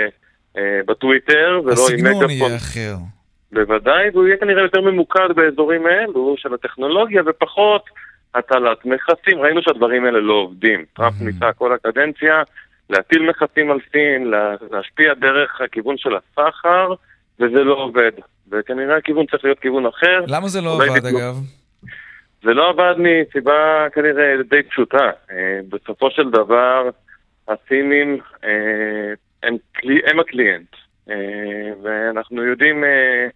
בטוויטר ולא עם מגפון. הסגנון יהיה אחר. בוודאי, והוא יהיה כנראה יותר ממוקד באזורים האלו של הטכנולוגיה ופחות הטלת מכסים. ראינו שהדברים האלה לא עובדים. טראמפ ניסה כל הקדנציה להטיל מכסים על סין, להשפיע דרך הכיוון של הסחר, וזה לא עובד. וכנראה הכיוון צריך להיות כיוון אחר. למה זה לא עבד אגב? זה לא עבד מסיבה כנראה די פשוטה. בסופו של דבר, הסינים הם הקליינט. ואנחנו יודעים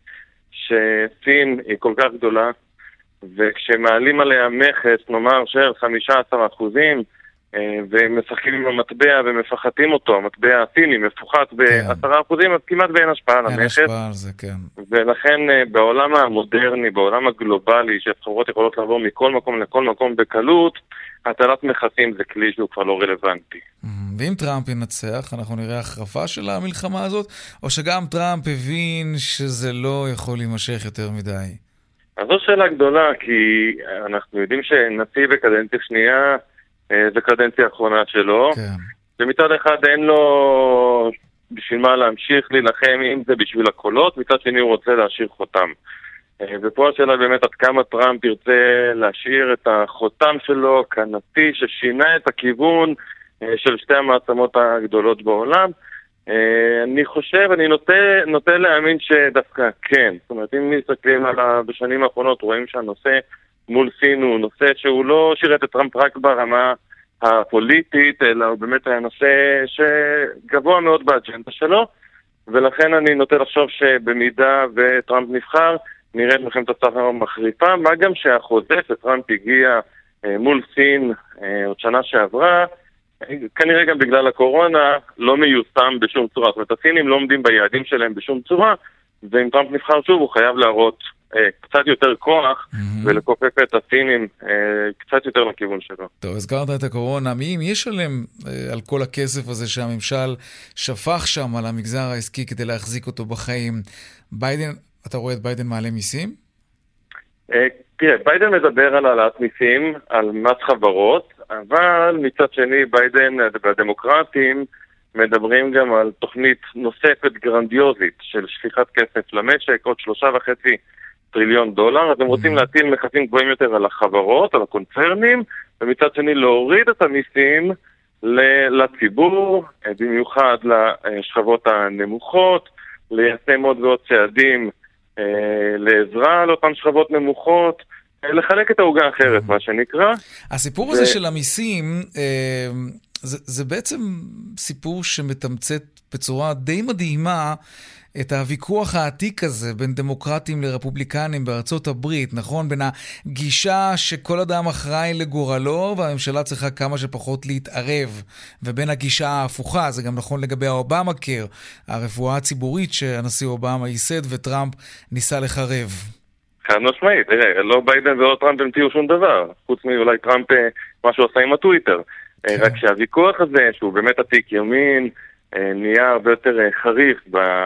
שסין היא כל כך גדולה, וכשמעלים עליה מכס, נאמר של 15%, והם משחקים עם המטבע ומפחתים אותו, המטבע הסיני מפוחת ב10%, אז כמעט ואין השפעה על המכס. אין השפעה על זה, כן. ולכן בעולם המודרני, בעולם הגלובלי, שהסחורות יכולות לעבור מכל מקום לכל מקום בקלות, הטלת מכסים זה כלי שהוא כבר לא רלוונטי. ואם טראמפ ינצח, אנחנו נראה החרפה של המלחמה הזאת, או שגם טראמפ הבין שזה לא יכול להימשך יותר מדי? אז זו שאלה גדולה, כי אנחנו יודעים שנשיא בקדנציה שנייה, זה קדנציה האחרונה שלו, כן. ומצד אחד אין לו בשביל מה להמשיך להילחם, אם זה בשביל הקולות, מצד שני הוא רוצה להשאיר חותם. ופה השאלה באמת עד כמה טראמפ ירצה להשאיר את החותם שלו כנשיא ששינה את הכיוון של שתי המעצמות הגדולות בעולם. אני חושב, אני נוטה להאמין שדווקא כן. זאת אומרת, אם מסתכלים בשנים האחרונות, רואים שהנושא מול סין הוא נושא שהוא לא שירת את טראמפ רק ברמה הפוליטית, אלא הוא באמת היה נושא שגבוה מאוד באג'נדה שלו, ולכן אני נוטה לחשוב שבמידה וטראמפ נבחר, נראה את מלחמת הסחר מחריפה, מה גם שהחוזה שטראמפ הגיע מול סין עוד שנה שעברה, כנראה גם בגלל הקורונה לא מיושם בשום צורה. זאת אומרת, הסינים לא עומדים ביעדים שלהם בשום צורה, ואם טראמפ נבחר שוב הוא חייב להראות קצת יותר כוח ולכופף את הסינים קצת יותר לכיוון שלו. טוב, הזכרת את הקורונה. מי ישלם על כל הכסף הזה שהממשל שפך שם על המגזר העסקי כדי להחזיק אותו בחיים? ביידן, אתה רואה את ביידן מעלה מיסים? תראה, ביידן מדבר על העלאת מיסים, על מס חברות, אבל מצד שני ביידן והדמוקרטים מדברים גם על תוכנית נוספת גרנדיוזית של שפיכת כסף למשק, עוד $3.5 טריליון. אז הם רוצים להטיל מכסים גבוהים יותר על החברות, על הקונצרנים, ומצד שני להוריד את המיסים לציבור, במיוחד לשכבות הנמוכות, ליישם עוד ועוד צעדים לעזרה לאותן שכבות נמוכות, לחלק את העוגה אחרת, מה שנקרא. הסיפור הזה של המיסים, זה בעצם סיפור שמתמצת בצורה די מדהימה את הוויכוח העתיק הזה בין דמוקרטים לרפובליקנים בארצות הברית, נכון? בין הגישה שכל אדם אחראי לגורלו והממשלה צריכה כמה שפחות להתערב, ובין הגישה ההפוכה, זה גם נכון לגבי האובמה קר, הרפואה הציבורית שהנשיא אובמה ייסד וטראמפ ניסה לחרב. חד משמעית, לא ביידן ולא טראמפ המציאו שום דבר, חוץ מאולי טראמפ מה שהוא עשה עם הטוויטר. רק שהוויכוח הזה, שהוא באמת עתיק ימין, נהיה הרבה יותר חריף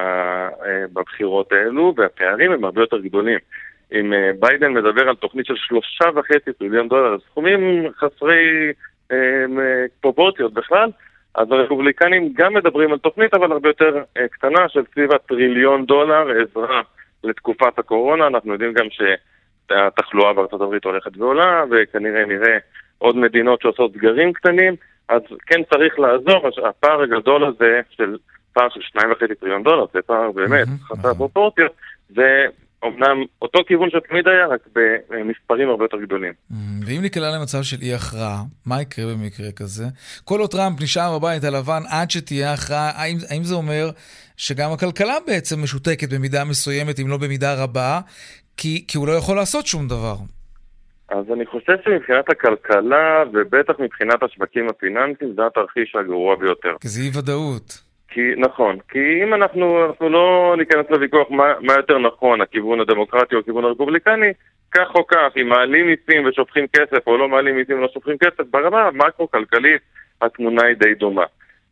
בבחירות האלו, והפערים הם הרבה יותר גדולים. אם ביידן מדבר על תוכנית של $3.5 טריליון, סכומים חסרי פרופורציות בכלל, אז הרפובליקנים גם מדברים על תוכנית, אבל הרבה יותר קטנה של סביב $1 טריליון עזרה לתקופת הקורונה. אנחנו יודעים גם שהתחלואה בארצות הברית הולכת ועולה, וכנראה נראה עוד מדינות שעושות סגרים קטנים, אז כן צריך לעזור. הפער הגדול הזה של פער של $2.5 טריליון, זה פער באמת חסר פרופורציות, זה אומנם אותו כיוון שתמיד היה, רק במספרים הרבה יותר גדולים. ואם נקלע למצב של אי הכרעה, מה יקרה במקרה כזה? כל עוד טראמפ נשאר בבית הלבן עד שתהיה הכרעה, האם זה אומר שגם הכלכלה בעצם משותקת במידה מסוימת, אם לא במידה רבה, כי הוא לא יכול לעשות שום דבר? אז אני חושב שמבחינת הכלכלה, ובטח מבחינת השווקים הפיננסיים, זה התרחיש הגרוע ביותר. כי זה אי ודאות. נכון, כי אם אנחנו לא ניכנס לוויכוח מה יותר נכון, הכיוון הדמוקרטי או הכיוון הרפובליקני, כך או כך, אם מעלים מיסים ושופכים כסף או לא מעלים מיסים ולא שופכים כסף, ברמה המקרו-כלכלית התמונה היא די דומה.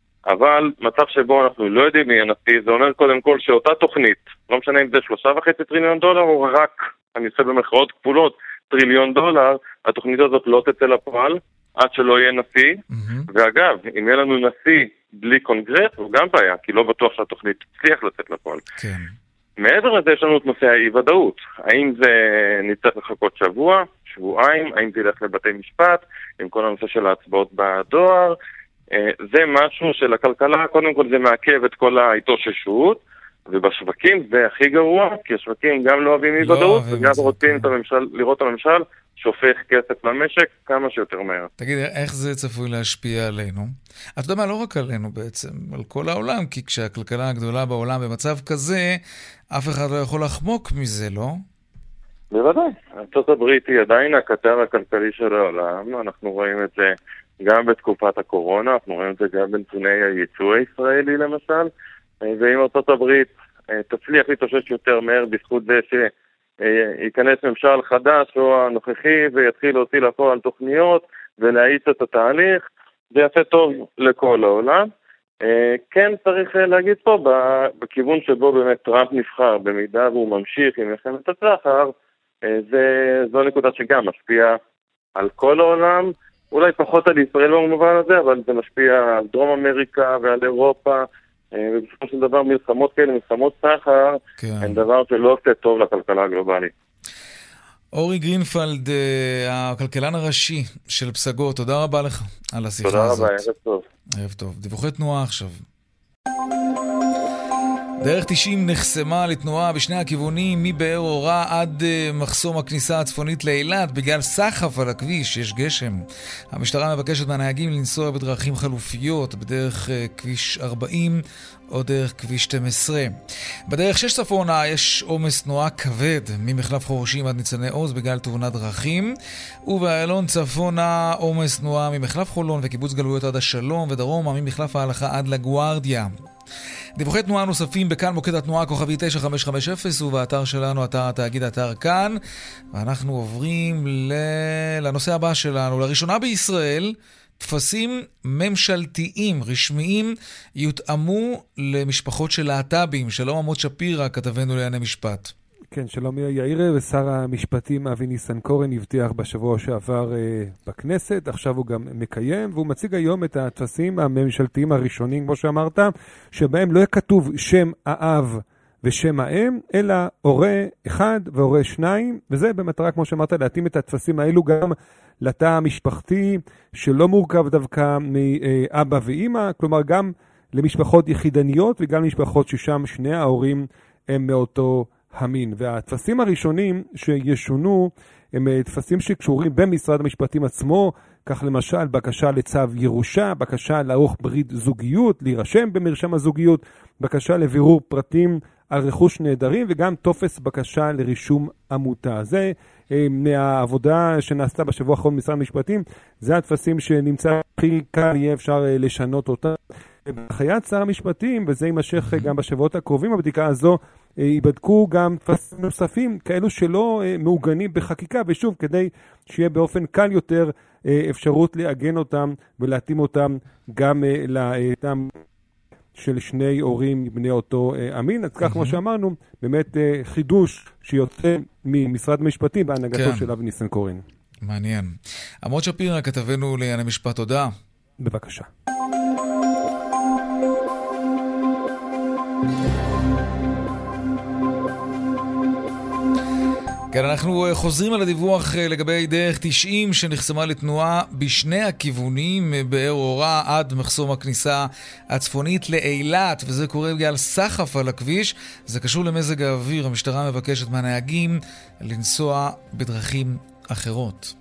אבל מצב שבו אנחנו לא יודעים מי הנשיא, זה אומר קודם כל שאותה תוכנית, לא משנה אם זה $3.5 טריליון או רק, אני עושה במחאות כפולות, $1 טריליון, התוכנית הזאת לא תצא לפועל עד שלא יהיה נשיא. ואגב, אם יהיה לנו נשיא בלי קונגרס, הוא גם בעיה, כי לא בטוח שהתוכנית תצליח לצאת לפועל. כן. מעבר לזה יש לנו את נושא האי-ודאות. האם זה נצטרך לחכות שבוע, שבועיים, האם זה ילך לבתי משפט, עם כל הנושא של ההצבעות בדואר. זה משהו של הכלכלה, קודם כל זה מעכב את כל ההתאוששות, ובשווקים זה הכי גרוע, כי השווקים גם לא אוהבים אי-ודאות, וגם רוצים לראות את הממשל שופך כסף למשק כמה שיותר מהר. תגיד, איך זה צפוי להשפיע עלינו? אתה יודע מה, לא רק עלינו בעצם, על כל העולם, כי כשהכלכלה הגדולה בעולם במצב כזה, אף אחד לא יכול לחמוק מזה, לא? בוודאי. ארצות הברית היא עדיין הקטר הכלכלי של העולם, אנחנו רואים את זה גם בתקופת הקורונה, אנחנו רואים את זה גם בנתוני הייצוא הישראלי למשל, ואם ארצות הברית תצליח להתאושש יותר מהר בזכות זה ייכנס ממשל חדש או הנוכחי ויתחיל להוציא לפועל תוכניות ולהאיץ את התהליך, זה יפה טוב לכל העולם. כן צריך להגיד פה, בכיוון שבו באמת טראמפ נבחר, במידה והוא ממשיך עם מלחמת הסחר, זו נקודה שגם משפיעה על כל העולם, אולי פחות על ישראל במובן הזה, אבל זה משפיע על דרום אמריקה ועל אירופה, ובסופו של דבר מלחמות כאלה, מלחמות סחר, הן דבר שלא עושה טוב לכלכלה הגלובלית. אורי גרינפלד, הכלכלן הראשי של פסגות, תודה רבה לך על השיחה הזאת. תודה רבה, ערב טוב. ערב טוב. דיווחי תנועה עכשיו. דרך 90 נחסמה לתנועה בשני הכיוונים, מבאר אורה עד מחסום הכניסה הצפונית לאילת, בגלל סחף על הכביש, יש גשם. המשטרה מבקשת מהנהגים לנסוע בדרכים חלופיות, בדרך כביש 40 או דרך כביש 12. בדרך 6 צפונה יש עומס תנועה כבד, ממחלף חורשים עד ניצני עוז בגלל תאונת דרכים, ובאיילון צפונה עומס תנועה ממחלף חולון וקיבוץ גלויות עד השלום, ודרומה ממחלף ההלכה עד לגוארדיה. דיווחי תנועה נוספים בכאן מוקד התנועה כוכבי 9550 ובאתר שלנו, אתר התאגיד, אתר כאן. ואנחנו עוברים לנושא הבא שלנו. לראשונה בישראל, תפסים ממשלתיים רשמיים יותאמו למשפחות של להט"בים. שלום עמוד שפירא, כתבנו לענייני משפט. כן, שלום יאיר, ושר המשפטים אבי ניסנקורן הבטיח בשבוע שעבר בכנסת, עכשיו הוא גם מקיים, והוא מציג היום את הטפסים הממשלתיים הראשונים, כמו שאמרת, שבהם לא יהיה כתוב שם האב ושם האם, אלא הורה אחד והורה שניים, וזה במטרה, כמו שאמרת, להתאים את הטפסים האלו גם לתא המשפחתי, שלא מורכב דווקא מאבא ואמא, כלומר גם למשפחות יחידניות וגם למשפחות ששם שני ההורים הם מאותו המין. והתפסים הראשונים שישונו הם תפסים שקשורים במשרד המשפטים עצמו, כך למשל בקשה לצו ירושה, בקשה לערוך ברית זוגיות, להירשם במרשם הזוגיות, בקשה לבירור פרטים על רכוש נהדרים, וגם טופס בקשה לרישום עמותה. זה מהעבודה שנעשתה בשבוע האחרון במשרד המשפטים, זה התפסים שנמצא הכי קל יהיה אפשר לשנות אותה. בחיית שר המשפטים, וזה יימשך גם בשבועות הקרובים, הבדיקה הזו ייבדקו גם תפסים נוספים, כאלו שלא מעוגנים בחקיקה, ושוב, כדי שיהיה באופן קל יותר אפשרות לעגן אותם ולהתאים אותם גם לתם של שני הורים בני אותו המין. אז כך כמו שאמרנו, באמת חידוש שיוצא ממשרד המשפטים בהנהגתו של אבי ניסנקורן. מעניין. עמוד שפירא, כתבנו לענייני משפט, תודה. בבקשה. כן, אנחנו חוזרים על הדיווח לגבי דרך 90 שנחסמה לתנועה בשני הכיוונים, באר אורה עד מחסום הכניסה הצפונית לאילת, וזה קורה בגלל סחף על הכביש. זה קשור למזג האוויר. המשטרה מבקשת מהנהגים לנסוע בדרכים אחרות.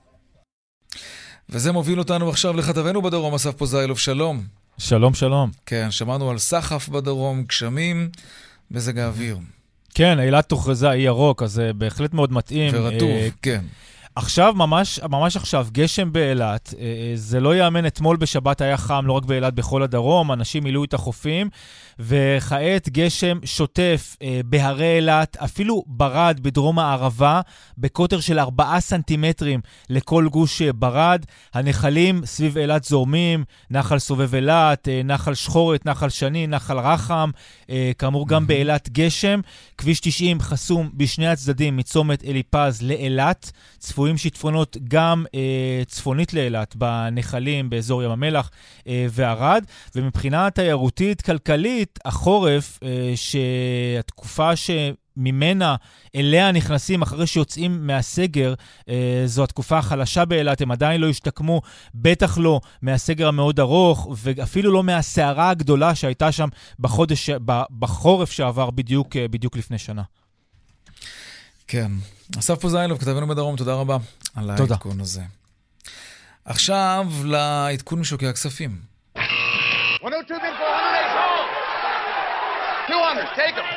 וזה מוביל אותנו עכשיו לכתבנו בדרום, אסף פוזיילוב, שלום. שלום, שלום. כן, שמענו על סחף בדרום, גשמים, מזג האוויר. כן, אילת תוכרזה אי ירוק, אז זה בהחלט מאוד מתאים. ורטוב, כן. עכשיו, ממש עכשיו, גשם באילת, זה לא יאמן, אתמול בשבת היה חם, לא רק באילת, בכל הדרום, אנשים מילאו את החופים, וכעת גשם שוטף בהרי אילת, אפילו ברד בדרום הערבה, בקוטר של 4 סנטימטרים לכל גוש ברד. הנחלים סביב אילת זורמים, נחל סובב אילת, נחל שחורת, נחל שני, נחל רחם, כאמור גם באילת גשם. כביש 90 חסום בשני הצדדים מצומת אליפז לאילת, צפויים שיטפונות גם צפונית לאילת, בנחלים, באזור ים המלח וערד. ומבחינה תיירותית כלכלית, החורף, שהתקופה שממנה אליה נכנסים אחרי שיוצאים מהסגר, זו התקופה החלשה באילת, הם עדיין לא השתקמו, בטח לא מהסגר המאוד ארוך, ואפילו לא מהסערה הגדולה שהייתה שם בחורף שעבר בדיוק לפני שנה. כן. אסף פוזיילוב, כתבנו בדרום, תודה רבה על העדכון הזה. עכשיו לעדכון משוקי הכספים. 102 bid for 108. 200, take them.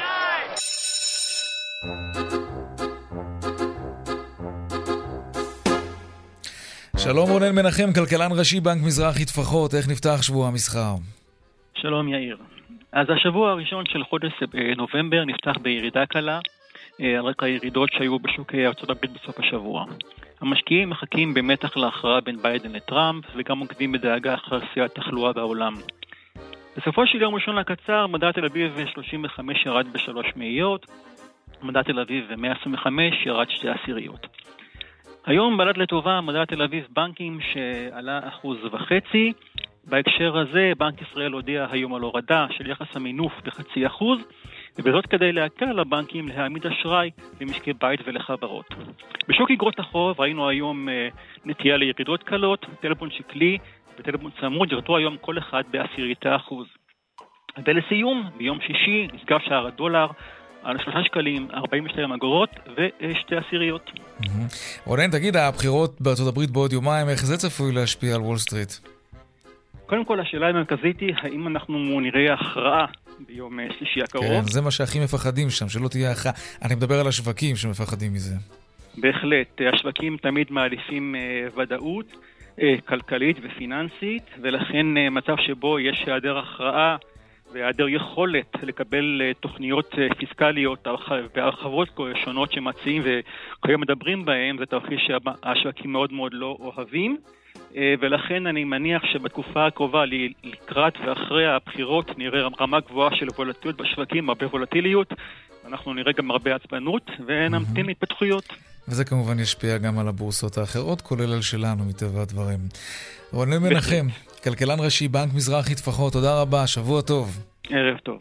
שלום רונן מנחם, כלכלן ראשי בנק מזרחי טפחות, איך נפתח שבוע המסחר? שלום יאיר. אז השבוע הראשון של חודש נובמבר נפתח בירידה קלה, על רקע הירידות שהיו בשוקי ארצות הברית בסוף השבוע. המשקיעים מחכים במתח להכרעה בין ביידן לטראמפ, וגם עוקבים בדאגה אחר שיאי התחלואה בעולם. בסופו של יום ראשון הקצר, מדד תל אביב 35 ירד ב3 מאיות, מדד תל אביב 125 ירד 2 עשיריות. היום בלט לטובה מדד תל אביב בנקים שעלה 1.5%. בהקשר הזה, בנק ישראל הודיע היום על הורדה של יחס המינוף ב0.5%, ובזאת כדי להקל על הבנקים להעמיד אשראי למשקי בית ולחברות. בשוק אגרות החוב ראינו היום נטייה לירידות קלות, טלפון שקלי וטלפון צמוד ירדו היום כל אחד ב0.1%. ולסיום, ביום שישי נסגר שער הדולר על 3.42 ו2 עשיריות. רונן, תגיד, הבחירות בארצות הברית בעוד יומיים, איך זה צפוי להשפיע על וול סטריט? קודם כל, השאלה המרכזית היא, האם אנחנו נראה הכרעה ביום שלישי הקרוב? כן, זה מה שהכי מפחדים שם, שלא תהיה הכרעה. אני מדבר על השווקים שמפחדים מזה. בהחלט, השווקים תמיד מעדיפים ודאות כלכלית ופיננסית, ולכן מצב שבו יש היעדר הכרעה והיעדר יכולת לקבל תוכניות פיסקליות והרחבות שונות שמציעים וכיום מדברים בהם, זה תרחיש שהשווקים מאוד מאוד לא אוהבים. ולכן אני מניח שבתקופה הקרובה לקראת ואחרי הבחירות נראה רמה גבוהה של וולטיליות בשווקים, הרבה וולטיליות, אנחנו נראה גם הרבה עצבנות ונמתין להתפתחויות. וזה כמובן ישפיע גם על הבורסות האחרות, כולל על שלנו מטבע הדברים. רונן מנחם, כלכלן ראשי בנק מזרחי טפחות, תודה רבה, שבוע טוב. ערב טוב.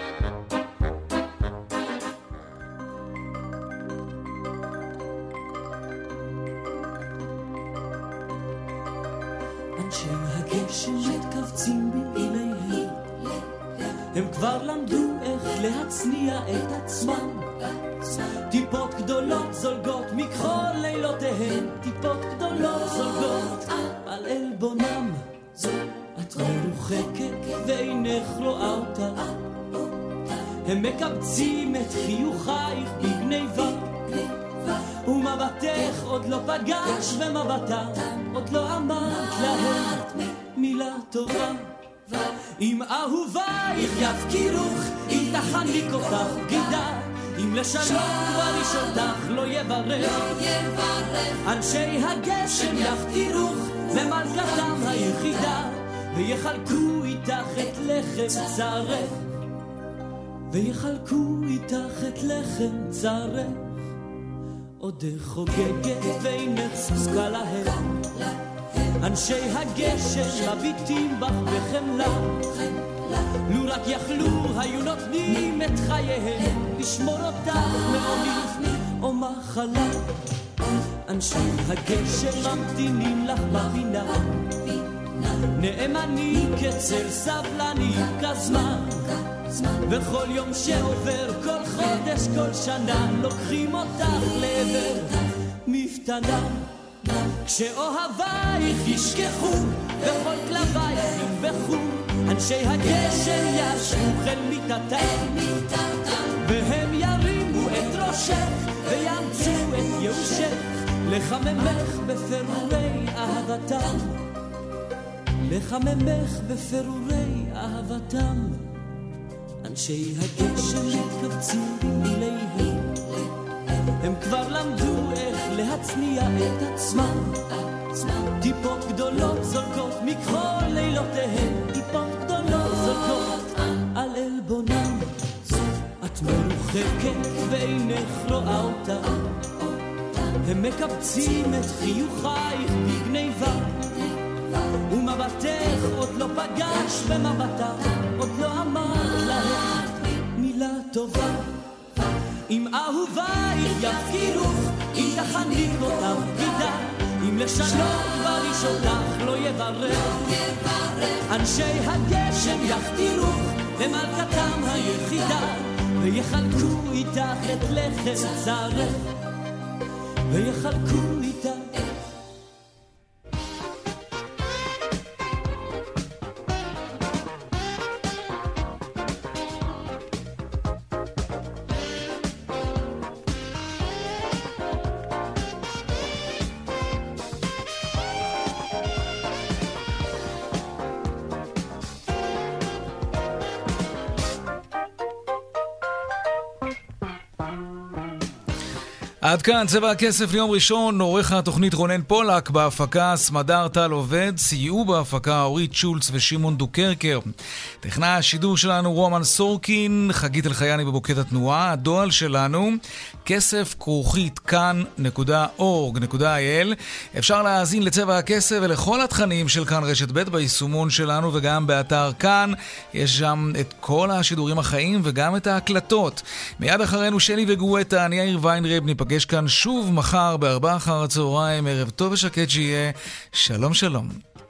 אנשי הגשם מתכווצים באימייהם, הם כבר למדו איך להצניע את עצמם, טיפות גדולות זולגות מכחול לילותיהן, טיפות גדולות זולגות על אלבונם. את מרוחקת ואינך רואה אותה, הם מקבצים את חיוכייך בגניבה, ומבטך עוד לא פגש ומבטה עוד לא אמרת להם מילה טובה. אם אהובייך יפקירוך, אם תחניק אותך בגידה, אם לשלום וריש אותך לא יברך, אנשי הגשם יחתירוך למלכתם היחידה, ויחלקו איתך את לחם צרך, ויחלקו איתך את לחם צרך. עודך חוגגת ואינך זקוקה להם, אנשי הגשם מביטים בך בחמלה, לו רק יכלו היו נותנים את חייהם לשמור אותך מעוני או מחלה. אנשי הגשם ממתינים לך בפינה, נאמני כצל סבלני כזמן, וכל יום שעובר, כל חודש, כל שנה, לוקחים אותך לעבר מפתנה. כשאוהבייך ישכחו וכל כלבייך ינבחו, אנשי הגשם ישבו אל מיטתם, והם ירימו את ראשך ויאמצו את ייאושך, לחממך בפירורי אהבתם, לחממך בפירורי אהבתם. אנשי הגשם מתקבצים במיליהם, הם כבר למדו איך להצניע את עצמם, טיפות גדולות זולגות מכחול לילותיהם, טיפות גדולות זולגות על אלבונם. את מרוחקת ואינך רואה אותה, הם מקבצים את חיוכייך בגניבה, ומבטך עוד לא פגש במבטה עוד לא אמר להם מילה טובה. אם אהובייך יפקירוך, אם תחניק אותם בגידה, אם לשלום וריש אותך לא יברך, אנשי הגשם יחתירוך למלכתם היחידה, ויחלקו איתך את לחם צרך, ויחלקו איתך. עד כאן צבע הכסף ליום ראשון. עורך התוכנית רונן פולק, בהפקה סמדר טל עובד, סייעו בהפקה אורית שולץ ושמעון דוקרקר. טכנאי השידור שלנו רומן סורקין, חגית אלחייני בבוקד התנועה. הדואל שלנו כסף@כאן.org.il. אפשר להאזין לצבע הכסף ולכל התכנים של כאן רשת ב' ביישומון שלנו וגם באתר כאן. יש שם את כל השידורים החיים וגם את ההקלטות. מיד אחרינו שלי וגואטה, אני יאיר ויינרב, ניפגש כאן שוב מחר ב4 אחר הצהריים. ערב טוב ושקט שיהיה. שלום שלום.